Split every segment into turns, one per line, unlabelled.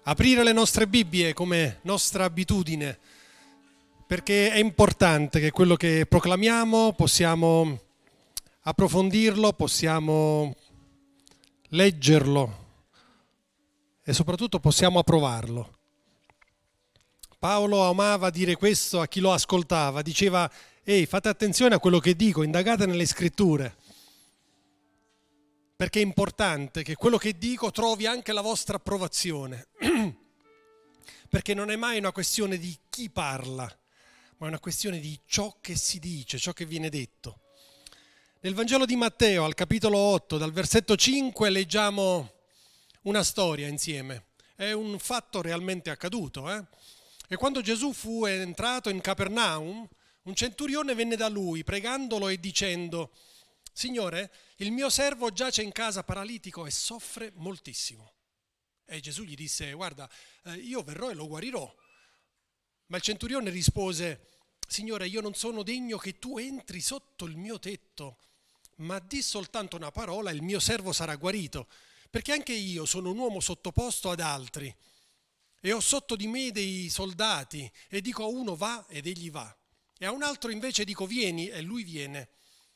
aprire le nostre Bibbie come nostra abitudine, perché è importante che quello che proclamiamo possiamo approfondirlo, possiamo leggerlo e soprattutto possiamo approvarlo. Paolo amava dire questo a chi lo ascoltava, diceva: ehi, fate attenzione a quello che dico, indagate nelle scritture, perché è importante che quello che dico trovi anche la vostra approvazione, perché non è mai una questione di chi parla, ma è una questione di ciò che si dice, ciò che viene detto. Nel Vangelo di Matteo, al capitolo 8, dal versetto 5, leggiamo una storia insieme. È un fatto realmente accaduto. E quando Gesù fu entrato in Capernaum, un centurione venne da lui, pregandolo e dicendo: Signore, il mio servo giace in casa paralitico e soffre moltissimo. E Gesù gli disse: guarda, io verrò e lo guarirò. Ma il centurione rispose: Signore, io non sono degno che tu entri sotto il mio tetto, ma di soltanto una parola e il mio servo sarà guarito, perché anche io sono un uomo sottoposto ad altri e ho sotto di me dei soldati, e dico a uno va ed egli va, e a un altro invece dico vieni e lui viene,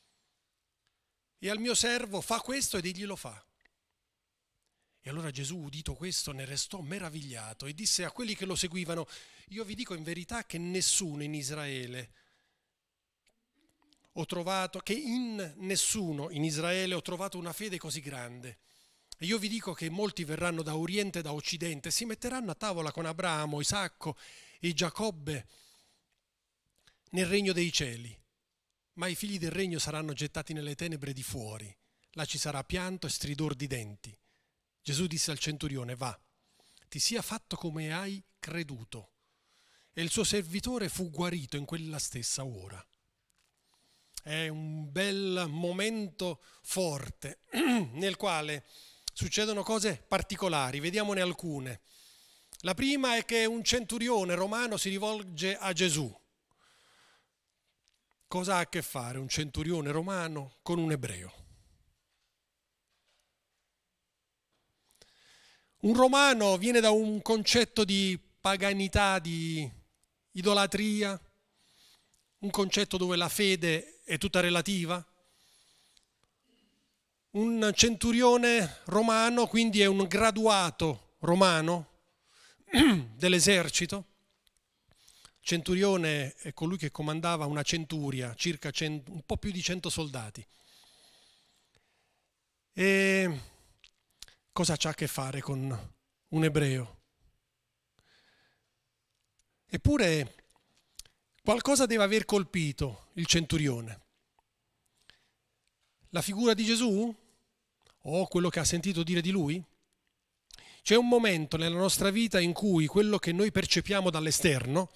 e al mio servo fa questo ed egli lo fa. E allora Gesù, udito questo, ne restò meravigliato e disse a quelli che lo seguivano: io vi dico in verità che nessuno in Israele ho trovato una fede così grande. E io vi dico che molti verranno da Oriente e da Occidente, si metteranno a tavola con Abramo, Isacco e Giacobbe nel regno dei cieli, ma i figli del regno saranno gettati nelle tenebre di fuori, là ci sarà pianto e stridor di denti. Gesù disse al centurione: va, ti sia fatto come hai creduto. E il suo servitore fu guarito in quella stessa ora. È un bel momento forte nel quale succedono cose particolari, vediamone alcune. La prima è che un centurione romano si rivolge a Gesù. Cosa ha a che fare un centurione romano con un ebreo? Un romano viene da un concetto di paganità, di idolatria, un concetto dove la fede è tutta relativa. Un centurione romano quindi è un graduato romano dell'esercito. Centurione è colui che comandava una centuria, circa un po' più di 100 soldati. E cosa c'ha a che fare con un ebreo? Eppure qualcosa deve aver colpito il centurione. La figura di Gesù? O quello che ha sentito dire di lui? C'è un momento nella nostra vita in cui quello che noi percepiamo dall'esterno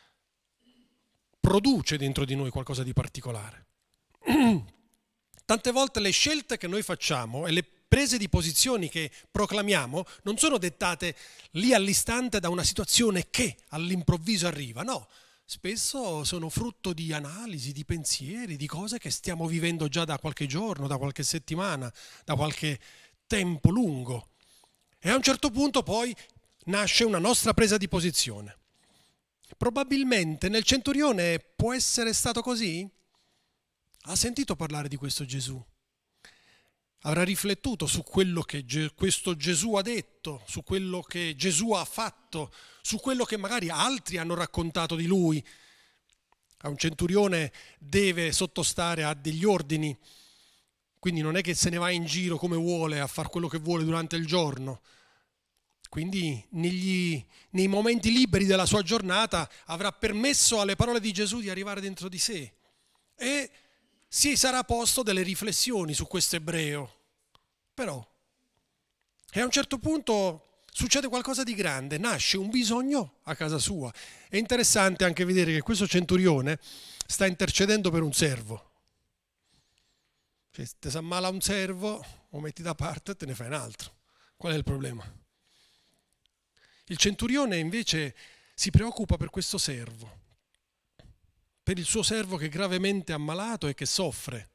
produce dentro di noi qualcosa di particolare. Tante volte le scelte che noi facciamo e le prese di posizioni che proclamiamo non sono dettate lì all'istante da una situazione che all'improvviso arriva, no. Spesso sono frutto di analisi, di pensieri, di cose che stiamo vivendo già da qualche giorno, da qualche settimana, da qualche tempo lungo. E a un certo punto poi nasce una nostra presa di posizione. Probabilmente nel centurione può essere stato così? Ha sentito parlare di questo Gesù? Avrà riflettuto su quello che questo Gesù ha detto, su quello che Gesù ha fatto, su quello che magari altri hanno raccontato di lui. A un centurione deve sottostare a degli ordini, quindi non è che se ne va in giro come vuole a fare quello che vuole durante il giorno. Quindi nei momenti liberi della sua giornata avrà permesso alle parole di Gesù di arrivare dentro di sé e si sarà posto delle riflessioni su questo ebreo. Però, e a un certo punto succede qualcosa di grande, nasce un bisogno a casa sua. È interessante anche vedere che questo centurione sta intercedendo per un servo. Cioè, se ti si ammala un servo, lo metti da parte e te ne fai un altro. Qual è il problema? Il centurione invece si preoccupa per questo servo, per il suo servo che è gravemente ammalato e che soffre.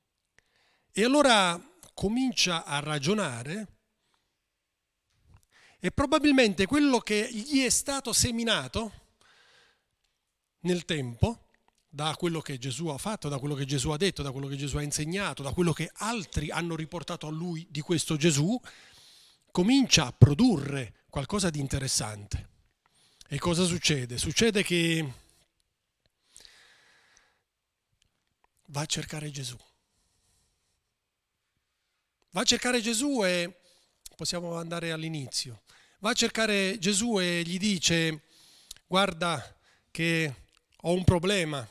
E allora comincia a ragionare E probabilmente quello che gli è stato seminato nel tempo, da quello che Gesù ha fatto, da quello che Gesù ha detto, da quello che Gesù ha insegnato, da quello che altri hanno riportato a lui di questo Gesù, comincia a produrre qualcosa di interessante. E cosa succede? Succede che va a cercare Gesù. Va a cercare Gesù e possiamo andare all'inizio. Va a cercare Gesù e gli dice: guarda che ho un problema.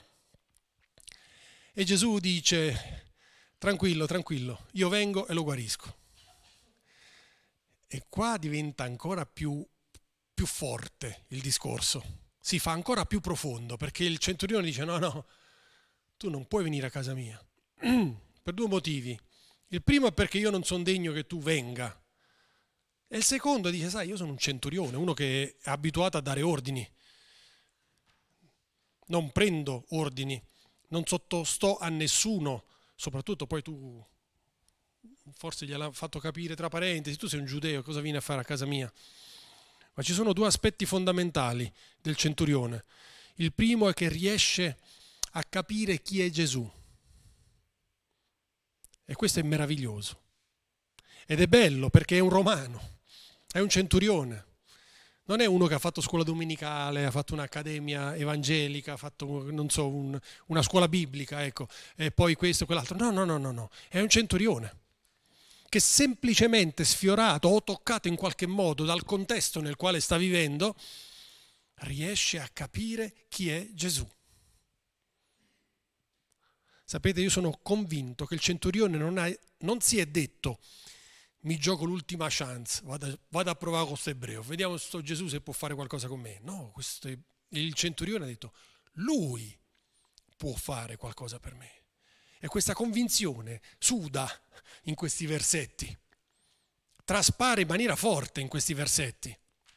E Gesù dice: tranquillo, tranquillo, io vengo e lo guarisco. E qua diventa ancora più forte il discorso, si fa ancora più profondo, perché il centurione dice: no, tu non puoi venire a casa mia, per due motivi. Il primo è perché io non sono degno che tu venga. E il secondo dice: sai, io sono un centurione, uno che è abituato a dare ordini. Non prendo ordini, non sottosto a nessuno, soprattutto poi tu forse gliel'ha fatto capire tra parentesi, tu sei un giudeo, cosa vieni a fare a casa mia? Ma ci sono due aspetti fondamentali del centurione. Il primo è che riesce a capire chi è Gesù. E questo è meraviglioso. Ed è bello perché è un romano, è un centurione. Non è uno che ha fatto scuola domenicale, ha fatto un'accademia evangelica, ha fatto, non so, una scuola biblica, ecco, e poi questo e quell'altro. No. È un centurione che semplicemente sfiorato o toccato in qualche modo dal contesto nel quale sta vivendo, riesce a capire chi è Gesù. Sapete, io sono convinto che il centurione non si è detto: mi gioco l'ultima chance, vado a provare con questo ebreo, vediamo sto Gesù se può fare qualcosa con me. No, il centurione ha detto: lui può fare qualcosa per me. E questa convinzione suda in questi versetti, traspare in maniera forte in questi versetti.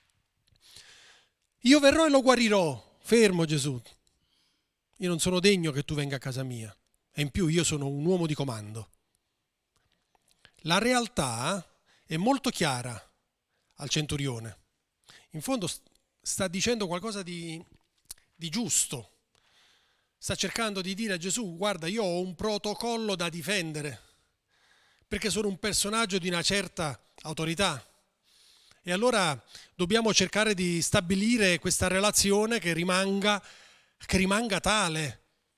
Io verrò e lo guarirò. Fermo Gesù, io non sono degno che tu venga a casa mia, e in più io sono un uomo di comando. La realtà è molto chiara al centurione. In fondo sta dicendo qualcosa di giusto. Sta cercando di dire a Gesù: guarda, io ho un protocollo da difendere, perché sono un personaggio di una certa autorità. E allora dobbiamo cercare di stabilire questa relazione che rimanga tale.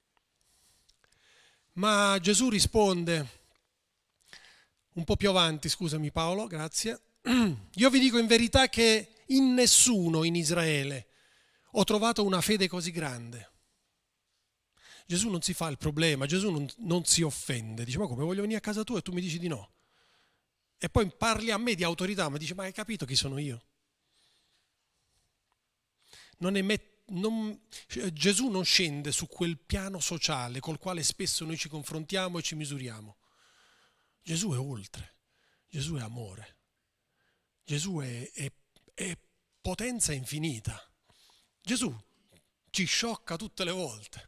Ma Gesù risponde un po' più avanti, scusami Paolo, grazie. Io vi dico in verità che in nessuno in Israele ho trovato una fede così grande. Gesù non si fa il problema, Gesù non si offende, dice: ma come, voglio venire a casa tua e tu mi dici di no? E poi parli a me di autorità, ma dice: ma hai capito chi sono io? Gesù non scende su quel piano sociale col quale spesso noi ci confrontiamo e ci misuriamo. Gesù è oltre, Gesù è amore, Gesù è potenza infinita. Gesù ci sciocca tutte le volte.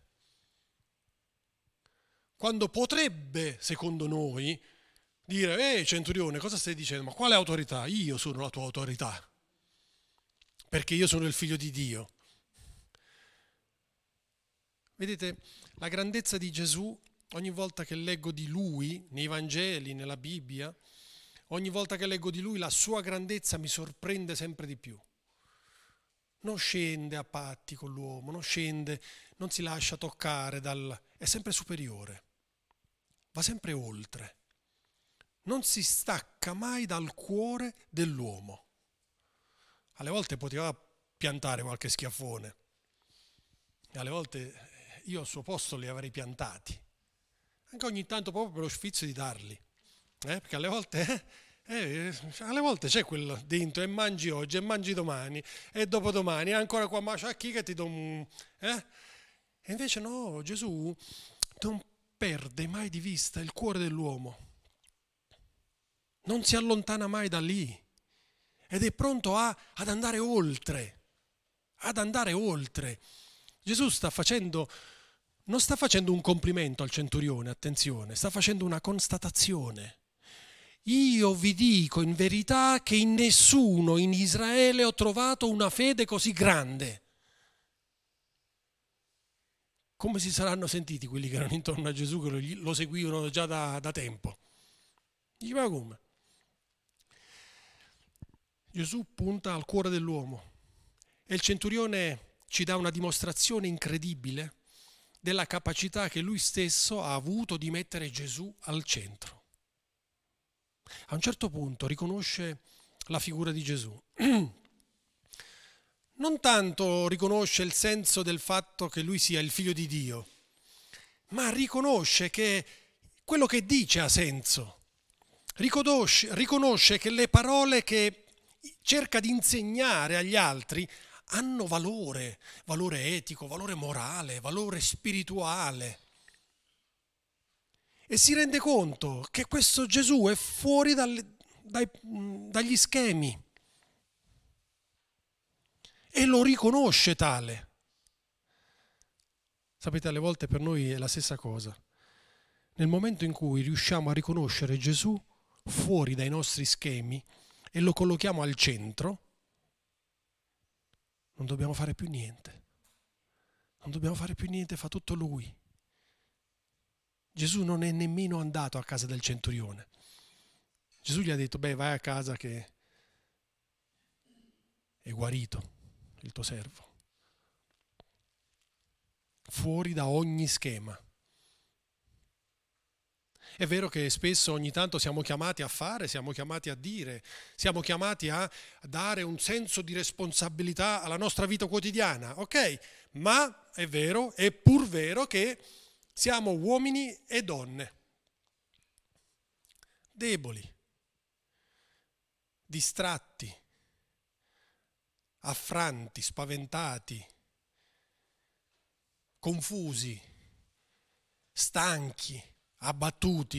Quando potrebbe, secondo noi, dire: centurione, cosa stai dicendo? Ma quale autorità? Io sono la tua autorità, perché io sono il figlio di Dio. Vedete, la grandezza di Gesù, ogni volta che leggo di Lui, nei Vangeli, nella Bibbia, ogni volta che leggo di Lui, la sua grandezza mi sorprende sempre di più. Non scende a patti con l'uomo, non scende, non si lascia toccare è sempre superiore, va sempre oltre, non si stacca mai dal cuore dell'uomo. Alle volte poteva piantare qualche schiaffone, e alle volte io al suo posto li avrei piantati, anche ogni tanto proprio per lo sfizio di darli, perché alle volte c'è quello dentro, e mangi oggi, e mangi domani, e dopodomani, e ancora qua, ma c'è chi che ti do un... E invece no, Gesù non perde mai di vista il cuore dell'uomo, non si allontana mai da lì, ed è pronto ad andare oltre, Gesù non sta facendo un complimento al centurione, attenzione, sta facendo una constatazione. io vi dico in verità che in nessuno in Israele ho trovato una fede così grande. Come si saranno sentiti quelli che erano intorno a Gesù, che lo seguivano già da tempo? Diceva come? Gesù punta al cuore dell'uomo e il centurione ci dà una dimostrazione incredibile della capacità che lui stesso ha avuto di mettere Gesù al centro. A un certo punto riconosce la figura di Gesù. Non tanto riconosce il senso del fatto che lui sia il figlio di Dio, ma riconosce che quello che dice ha senso. Riconosce che le parole che cerca di insegnare agli altri hanno valore etico, valore morale, valore spirituale. E si rende conto che questo Gesù è fuori dagli schemi. E lo riconosce tale. Sapete, alle volte per noi è la stessa cosa. Nel momento in cui riusciamo a riconoscere Gesù fuori dai nostri schemi e lo collochiamo al centro, non dobbiamo fare più niente. Non dobbiamo fare più niente, fa tutto Lui. Gesù non è nemmeno andato a casa del centurione. Gesù gli ha detto, vai a casa che è guarito il tuo servo, fuori da ogni schema. È vero che spesso ogni tanto siamo chiamati a fare, siamo chiamati a dire, siamo chiamati a dare un senso di responsabilità alla nostra vita quotidiana, ok? Ma è vero, è pur vero che siamo uomini e donne, deboli, distratti, affranti, spaventati, confusi, stanchi, abbattuti.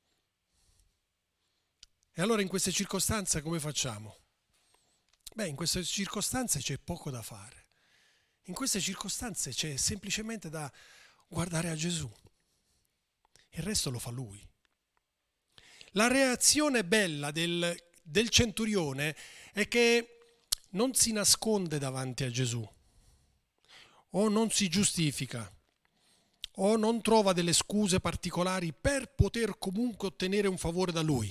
E allora in queste circostanze come facciamo? In queste circostanze c'è poco da fare. In queste circostanze c'è semplicemente da guardare a Gesù. Il resto lo fa Lui. La reazione bella del centurione è che non si nasconde davanti a Gesù, o non si giustifica, o non trova delle scuse particolari per poter comunque ottenere un favore da Lui.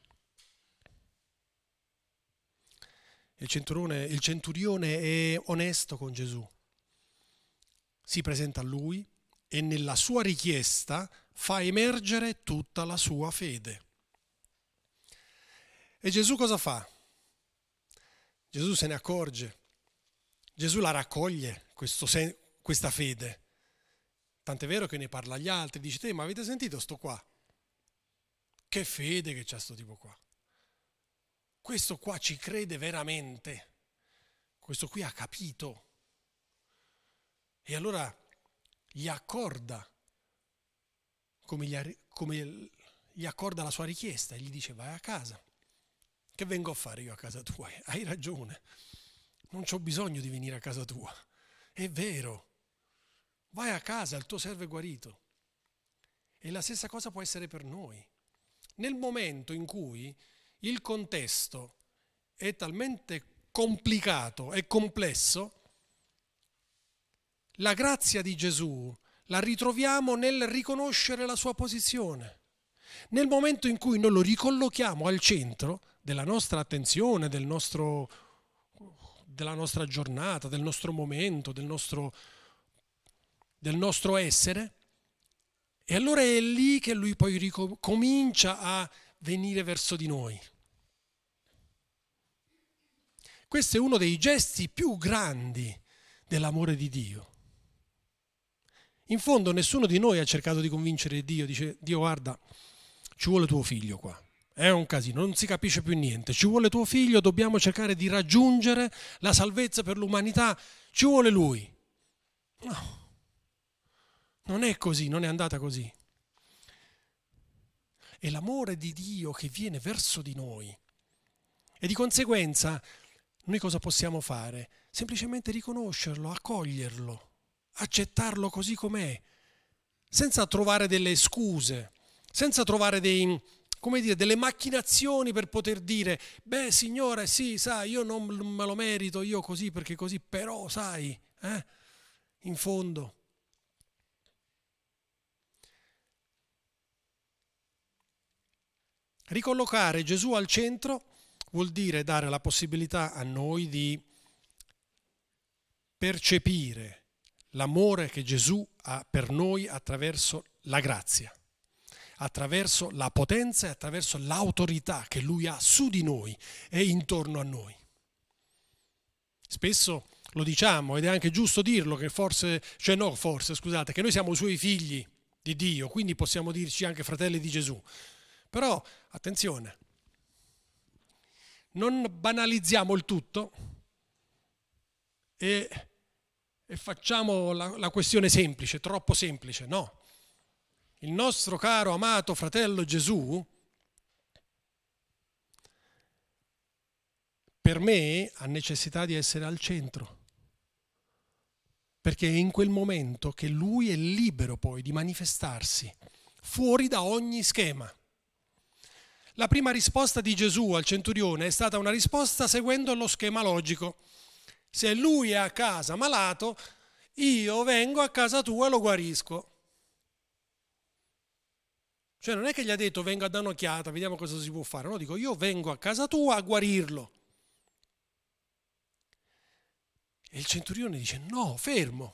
Il centurione è onesto con Gesù, si presenta a Lui e nella sua richiesta fa emergere tutta la sua fede. E Gesù cosa fa? Gesù se ne accorge, Gesù la raccoglie questa fede. Tant'è vero che ne parla agli altri, dice, ma avete sentito sto qua? Che fede che c'ha sto tipo qua. Questo qua ci crede veramente. Questo qui ha capito. E allora gli accorda, come gli accorda la sua richiesta e gli dice, vai a casa. Che vengo a fare io a casa tua? Hai ragione, non c'ho bisogno di venire a casa tua. È vero, vai a casa, il tuo servo è guarito. E la stessa cosa può essere per noi. Nel momento in cui il contesto è talmente complicato e complesso, la grazia di Gesù la ritroviamo nel riconoscere la sua posizione. Nel momento in cui noi lo ricollochiamo al centro della nostra attenzione, della nostra giornata, del nostro momento, del nostro essere, e allora è lì che lui poi comincia a venire verso di noi. Questo è uno dei gesti più grandi dell'amore di Dio. In fondo nessuno di noi ha cercato di convincere Dio, dice, Dio guarda, ci vuole tuo figlio qua. È un casino, non si capisce più niente. Ci vuole tuo figlio, dobbiamo cercare di raggiungere la salvezza per l'umanità. Ci vuole lui. No, non è così, non è andata così. È l'amore di Dio che viene verso di noi. E di conseguenza, noi cosa possiamo fare? Semplicemente riconoscerlo, accoglierlo, accettarlo così com'è, senza trovare delle scuse, senza trovare come dire, delle macchinazioni per poter dire, beh Signore, sì, sai, io non me lo merito, io così perché così, però sai, in fondo. Ricollocare Gesù al centro vuol dire dare la possibilità a noi di percepire l'amore che Gesù ha per noi attraverso la grazia, attraverso la potenza e attraverso l'autorità che Lui ha su di noi e intorno a noi. Spesso lo diciamo ed è anche giusto dirlo che che noi siamo Suoi figli di Dio, quindi possiamo dirci anche fratelli di Gesù. Però, attenzione, non banalizziamo il tutto e facciamo la questione semplice, troppo semplice, no. Il nostro caro, amato fratello Gesù, per me, ha necessità di essere al centro, perché è in quel momento che Lui è libero poi di manifestarsi fuori da ogni schema. La prima risposta di Gesù al centurione è stata una risposta seguendo lo schema logico. Se lui è a casa malato, io vengo a casa tua e lo guarisco. Cioè non è che gli ha detto vengo a dare un'occhiata, vediamo cosa si può fare. No, dico io vengo a casa tua a guarirlo. E il centurione dice no, fermo.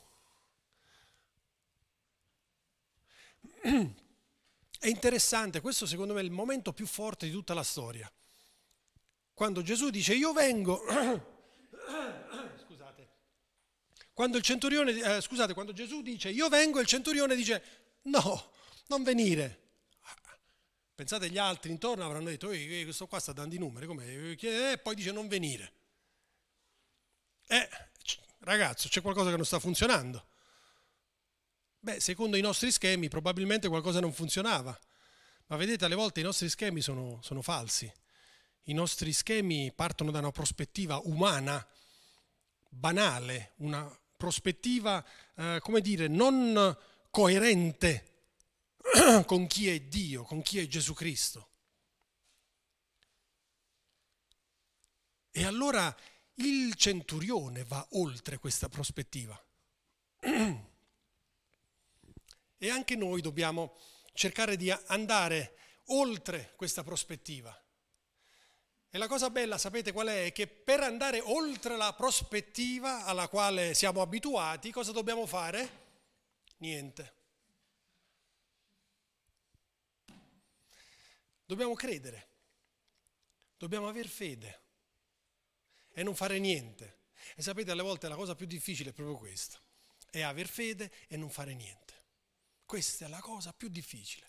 È interessante, questo secondo me è il momento più forte di tutta la storia. Quando Gesù dice io vengo, quando Gesù dice io vengo, il centurione dice no, non venire. Pensate gli altri intorno avranno detto questo qua sta dando i numeri, com'è? E poi dice non venire. Ragazzo, c'è qualcosa che non sta funzionando. Beh, secondo i nostri schemi probabilmente qualcosa non funzionava, ma vedete alle volte i nostri schemi sono falsi. I nostri schemi partono da una prospettiva umana, banale, una prospettiva, non coerente con chi è Dio, con chi è Gesù Cristo. E allora il centurione va oltre questa prospettiva. E anche noi dobbiamo cercare di andare oltre questa prospettiva. E la cosa bella, sapete qual è? È che per andare oltre la prospettiva alla quale siamo abituati, cosa dobbiamo fare? Niente. Dobbiamo credere, dobbiamo aver fede e non fare niente. E sapete, alle volte la cosa più difficile è proprio questa, è aver fede e non fare niente. Questa è la cosa più difficile.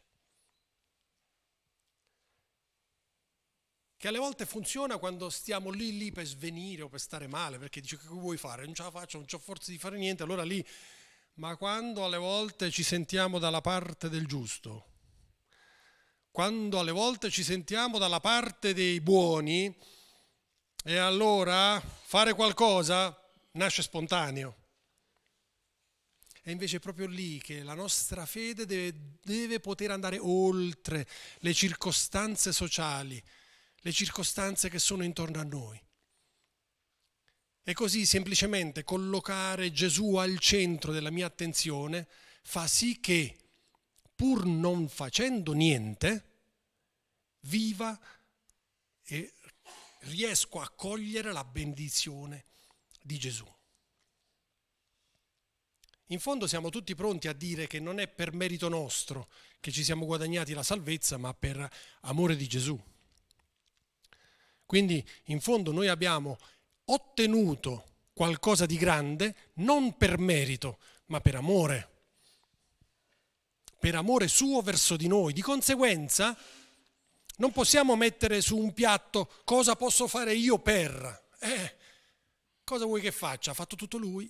Che alle volte funziona quando stiamo lì per svenire o per stare male, perché dice che vuoi fare? Non ce la faccio, non ho forza di fare niente, allora lì. Ma quando alle volte ci sentiamo dalla parte del giusto, quando alle volte ci sentiamo dalla parte dei buoni, e allora fare qualcosa nasce spontaneo. È invece proprio lì che la nostra fede deve poter andare oltre le circostanze sociali, le circostanze che sono intorno a noi. E così semplicemente collocare Gesù al centro della mia attenzione fa sì che, pur non facendo niente, viva e riesco a cogliere la benedizione di Gesù. In fondo siamo tutti pronti a dire che non è per merito nostro che ci siamo guadagnati la salvezza, ma per amore di Gesù. Quindi in fondo noi abbiamo ottenuto qualcosa di grande non per merito, ma per amore suo verso di noi. Di conseguenza non possiamo mettere su un piatto cosa posso fare io per. Cosa vuoi che faccia? Ha fatto tutto lui.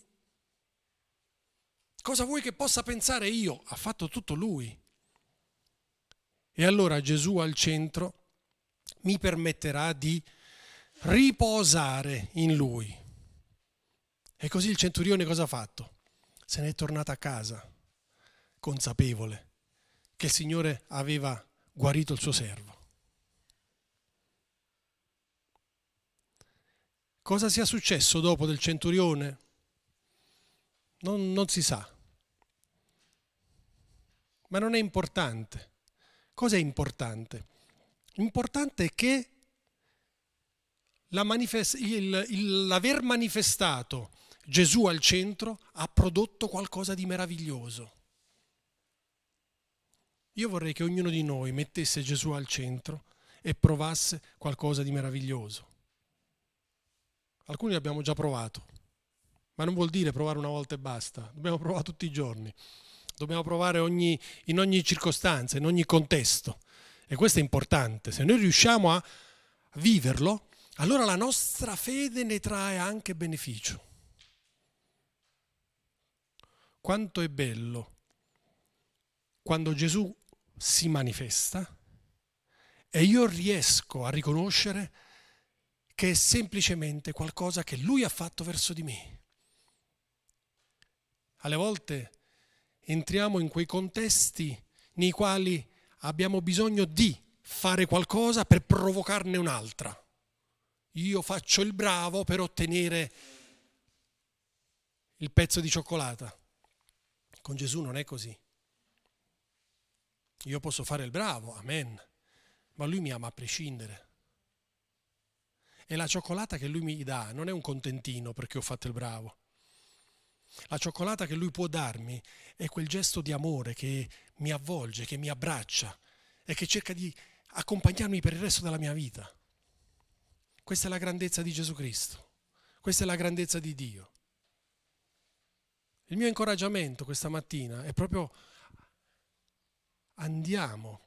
Cosa vuoi che possa pensare io? Ha fatto tutto lui. E allora Gesù al centro mi permetterà di riposare in lui. E così il centurione cosa ha fatto? Se n'è tornato a casa, consapevole che il Signore aveva guarito il suo servo. Cosa sia successo dopo del centurione? Non si sa. Ma non è importante. Cosa è importante? Importante è che l'aver manifestato Gesù al centro ha prodotto qualcosa di meraviglioso. Io vorrei che ognuno di noi mettesse Gesù al centro e provasse qualcosa di meraviglioso. Alcuni l'abbiamo già provato, ma non vuol dire provare una volta e basta. Dobbiamo provare tutti i giorni. Dobbiamo provare in ogni circostanza, in ogni contesto. E questo è importante. Se noi riusciamo a viverlo, allora la nostra fede ne trae anche beneficio. Quanto è bello quando Gesù si manifesta e io riesco a riconoscere che è semplicemente qualcosa che Lui ha fatto verso di me. Alle volte entriamo in quei contesti nei quali abbiamo bisogno di fare qualcosa per provocarne un'altra. Io faccio il bravo per ottenere il pezzo di cioccolata. Con Gesù non è così. Io posso fare il bravo, amen, ma Lui mi ama a prescindere. E la cioccolata che Lui mi dà non è un contentino perché ho fatto il bravo. La cioccolata che Lui può darmi è quel gesto di amore che mi avvolge, che mi abbraccia e che cerca di accompagnarmi per il resto della mia vita. Questa è la grandezza di Gesù Cristo, questa è la grandezza di Dio. Il mio incoraggiamento questa mattina è proprio: andiamo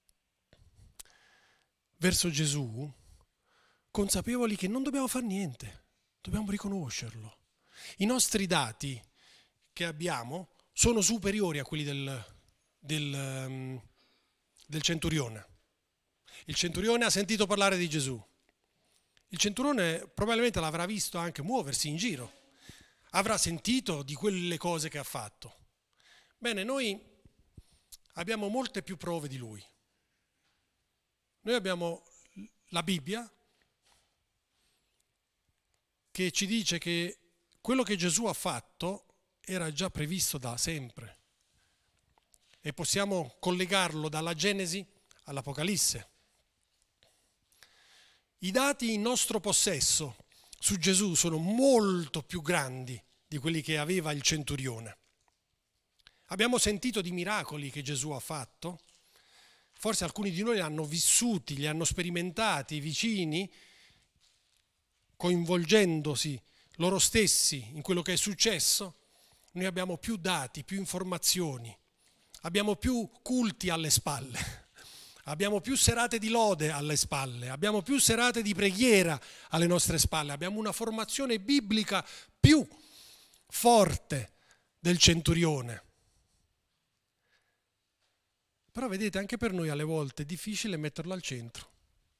verso Gesù consapevoli che non dobbiamo fare niente, dobbiamo riconoscerlo. I nostri dati che abbiamo sono superiori a quelli del centurione. Il centurione ha sentito parlare di Gesù. Il centurione probabilmente l'avrà visto anche muoversi in giro, avrà sentito di quelle cose che ha fatto. Bene, noi abbiamo molte più prove di lui. Noi abbiamo la Bibbia che ci dice che quello che Gesù ha fatto era già previsto da sempre e possiamo collegarlo dalla Genesi all'Apocalisse. I dati in nostro possesso su Gesù sono molto più grandi di quelli che aveva il centurione. Abbiamo sentito di miracoli che Gesù ha fatto, forse alcuni di noi li hanno vissuti, li hanno sperimentati vicini, coinvolgendosi loro stessi in quello che è successo. Noi abbiamo più dati, più informazioni, abbiamo più culti alle spalle, abbiamo più serate di lode alle spalle, abbiamo più serate di preghiera alle nostre spalle, abbiamo una formazione biblica più forte del centurione. Però vedete, anche per noi alle volte è difficile metterlo al centro.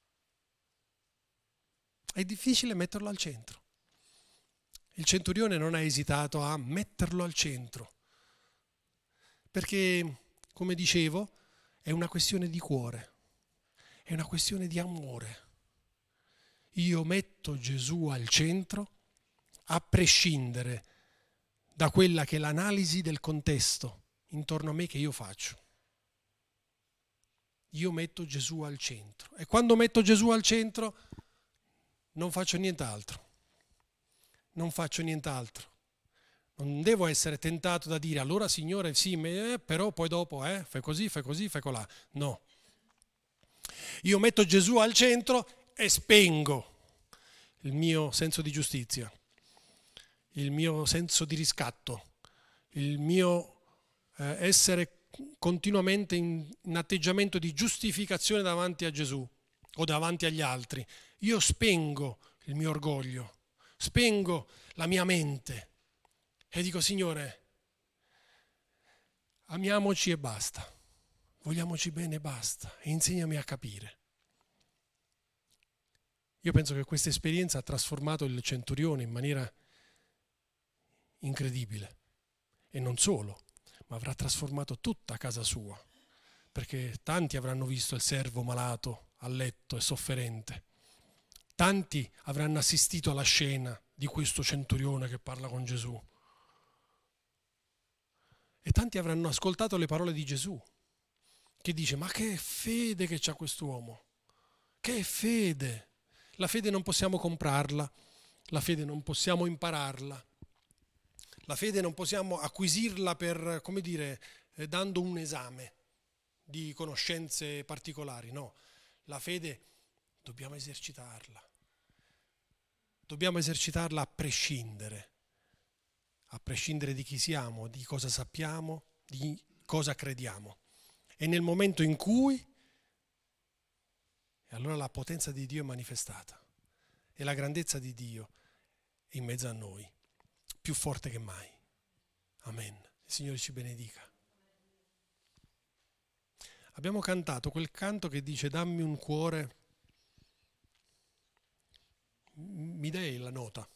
È difficile metterlo al centro. Il centurione non ha esitato a metterlo al centro, perché, come dicevo, è una questione di cuore, è una questione di amore. Io metto Gesù al centro a prescindere da quella che è l'analisi del contesto intorno a me che io faccio. Io metto Gesù al centro e quando metto Gesù al centro non faccio nient'altro. Non faccio nient'altro. Non devo essere tentato da dire: allora Signore sì, però poi dopo fai così, fai colà. No. Io metto Gesù al centro e spengo il mio senso di giustizia, il mio senso di riscatto, il mio essere continuamente in atteggiamento di giustificazione davanti a Gesù o davanti agli altri. Io spengo il mio orgoglio, spengo la mia mente e dico: Signore, amiamoci e basta, vogliamoci bene e basta, e insegnami a capire. Io penso che questa esperienza ha trasformato il centurione in maniera incredibile, e non solo, ma avrà trasformato tutta casa sua, perché tanti avranno visto il servo malato a letto e sofferente, Tanti avranno assistito alla scena di questo centurione che parla con Gesù. E tanti avranno ascoltato le parole di Gesù, che dice: ma che fede che c'ha quest'uomo, che fede! La fede non possiamo comprarla, la fede non possiamo impararla, la fede non possiamo acquisirla per, come dire, dando un esame di conoscenze particolari, no. La fede dobbiamo esercitarla a prescindere di chi siamo, di cosa sappiamo, di cosa crediamo. E nel momento in cui, e allora la potenza di Dio è manifestata e la grandezza di Dio è in mezzo a noi, più forte che mai. Amen. Il Signore ci benedica. Abbiamo cantato quel canto che dice: dammi un cuore. Mi dai la nota?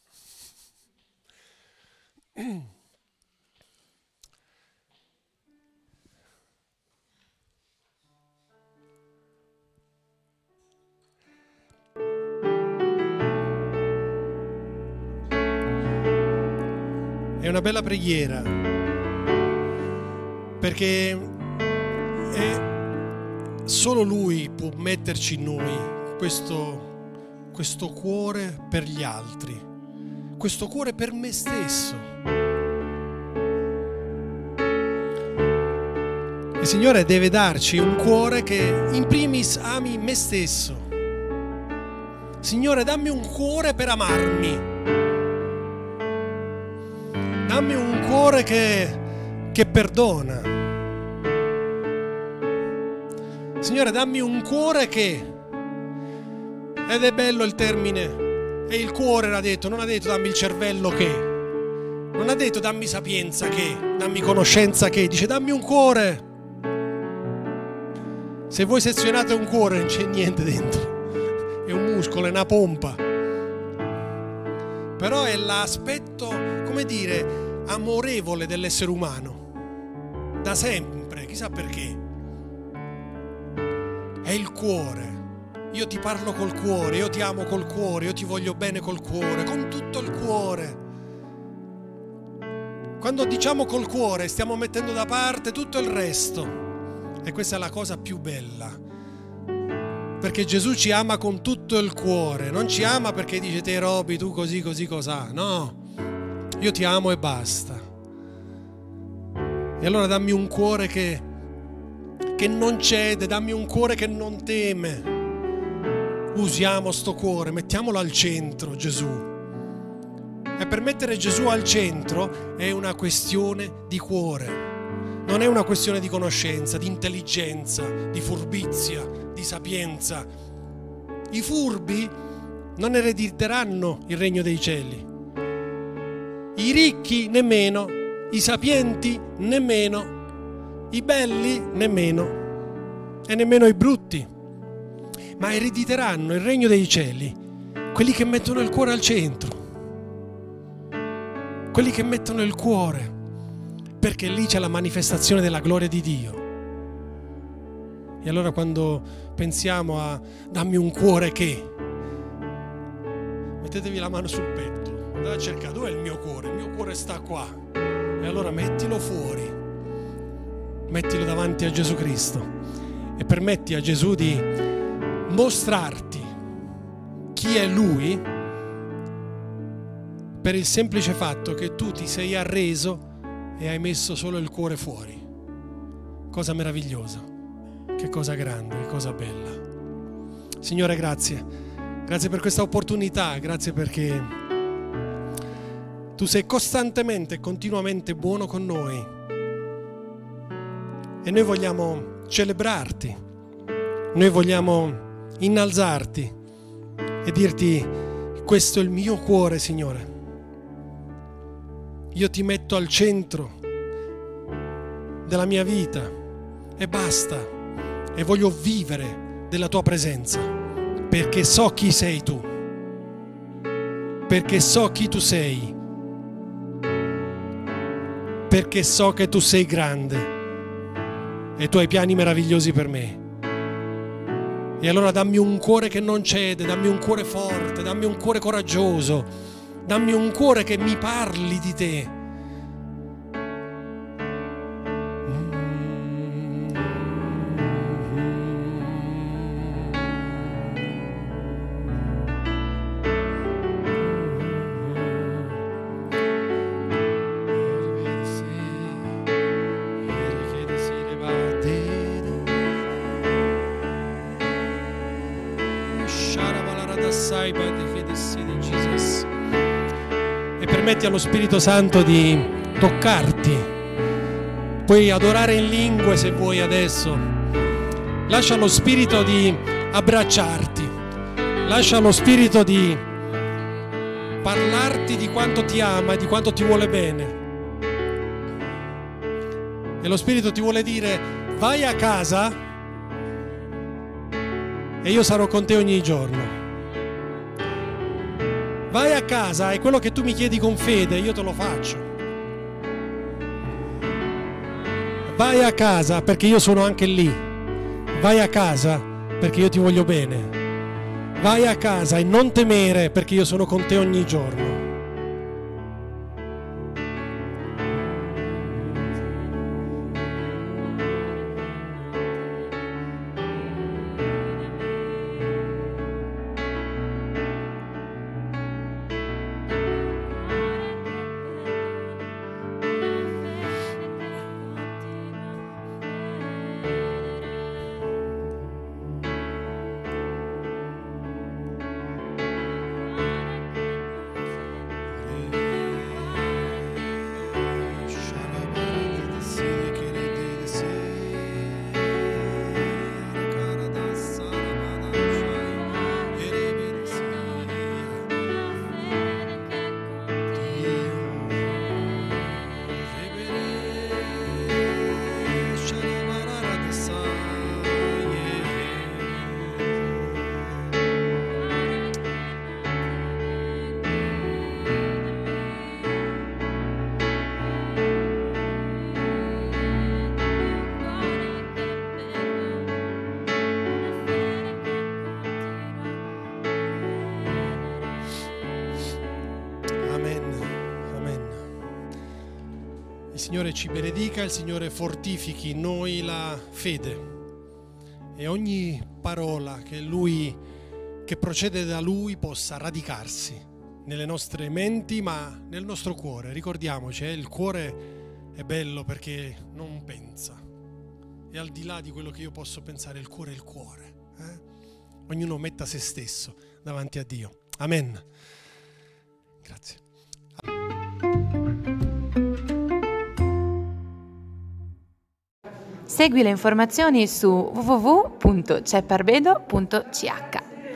È una bella preghiera, perché solo Lui può metterci in noi questo cuore per gli altri, questo cuore per me stesso. Il Signore deve darci un cuore che in primis ami me stesso. Signore, dammi un cuore per amarmi. Dammi un cuore che perdona. Signore, dammi un cuore che... Ed è bello il termine. E il cuore l'ha detto, non ha detto dammi il cervello che. Non ha detto dammi sapienza che, dammi conoscenza che. Dice dammi un cuore. Se voi sezionate un cuore non c'è niente dentro. È un muscolo, è una pompa. Però è l'aspetto, come dire, amorevole dell'essere umano. Da sempre, chissà perché. È il cuore. Io ti parlo col cuore, io ti amo col cuore, io ti voglio bene col cuore, con tutto il cuore. Quando diciamo col cuore stiamo mettendo da parte tutto il resto. E questa è la cosa più bella. Perché Gesù ci ama con tutto il cuore. Non ci ama perché dice te Roby, tu così, così, cos'ha. No, io ti amo e basta. E allora dammi un cuore che non cede, dammi un cuore che non teme. Usiamo sto cuore, mettiamolo al centro, Gesù. E per mettere Gesù al centro è una questione di cuore, non è una questione di conoscenza, di intelligenza, di furbizia, di sapienza. I furbi non erediteranno il regno dei cieli, i ricchi nemmeno, i sapienti nemmeno, i belli nemmeno e nemmeno i brutti. Ma erediteranno il regno dei cieli quelli che mettono il cuore al centro, quelli che mettono il cuore, perché lì c'è la manifestazione della gloria di Dio. E allora quando pensiamo a dammi un cuore che, mettetevi la mano sul petto, andate a cercare dov'è il mio cuore sta qua, e allora mettilo fuori, mettilo davanti a Gesù Cristo e permetti a Gesù di mostrarti chi è Lui, per il semplice fatto che tu ti sei arreso e hai messo solo il cuore fuori. Cosa meravigliosa, che cosa grande, che cosa bella. Signore, grazie per questa opportunità, grazie perché tu sei costantemente e continuamente buono con noi e noi vogliamo celebrarti, noi vogliamo innalzarti e dirti: questo è il mio cuore, Signore, io ti metto al centro della mia vita e basta, e voglio vivere della tua presenza, perché so chi sei tu, perché so chi tu sei, perché so che tu sei grande e tu hai piani meravigliosi per me. E allora dammi un cuore che non cede, dammi un cuore forte, dammi un cuore coraggioso, dammi un cuore che mi parli di te. E permetti allo Spirito Santo di toccarti. Puoi adorare in lingue se vuoi adesso. Lascia lo Spirito di abbracciarti. Lascia lo Spirito di parlarti di quanto ti ama e di quanto ti vuole bene. E lo Spirito ti vuole dire: vai a casa e io sarò con te ogni giorno. Vai a casa e quello che tu mi chiedi con fede io te lo faccio. Vai a casa perché io sono anche lì. Vai a casa perché io ti voglio bene. Vai a casa e non temere perché io sono con te ogni giorno. Il Signore ci benedica, il Signore fortifichi in noi la fede e ogni parola che procede da Lui possa radicarsi nelle nostre menti ma nel nostro cuore. Ricordiamoci, il cuore è bello perché non pensa, e al di là di quello che io posso pensare, il cuore è il cuore. Ognuno metta se stesso davanti a Dio. Amen. Grazie.
Segui le informazioni su www.cepparbedo.ch.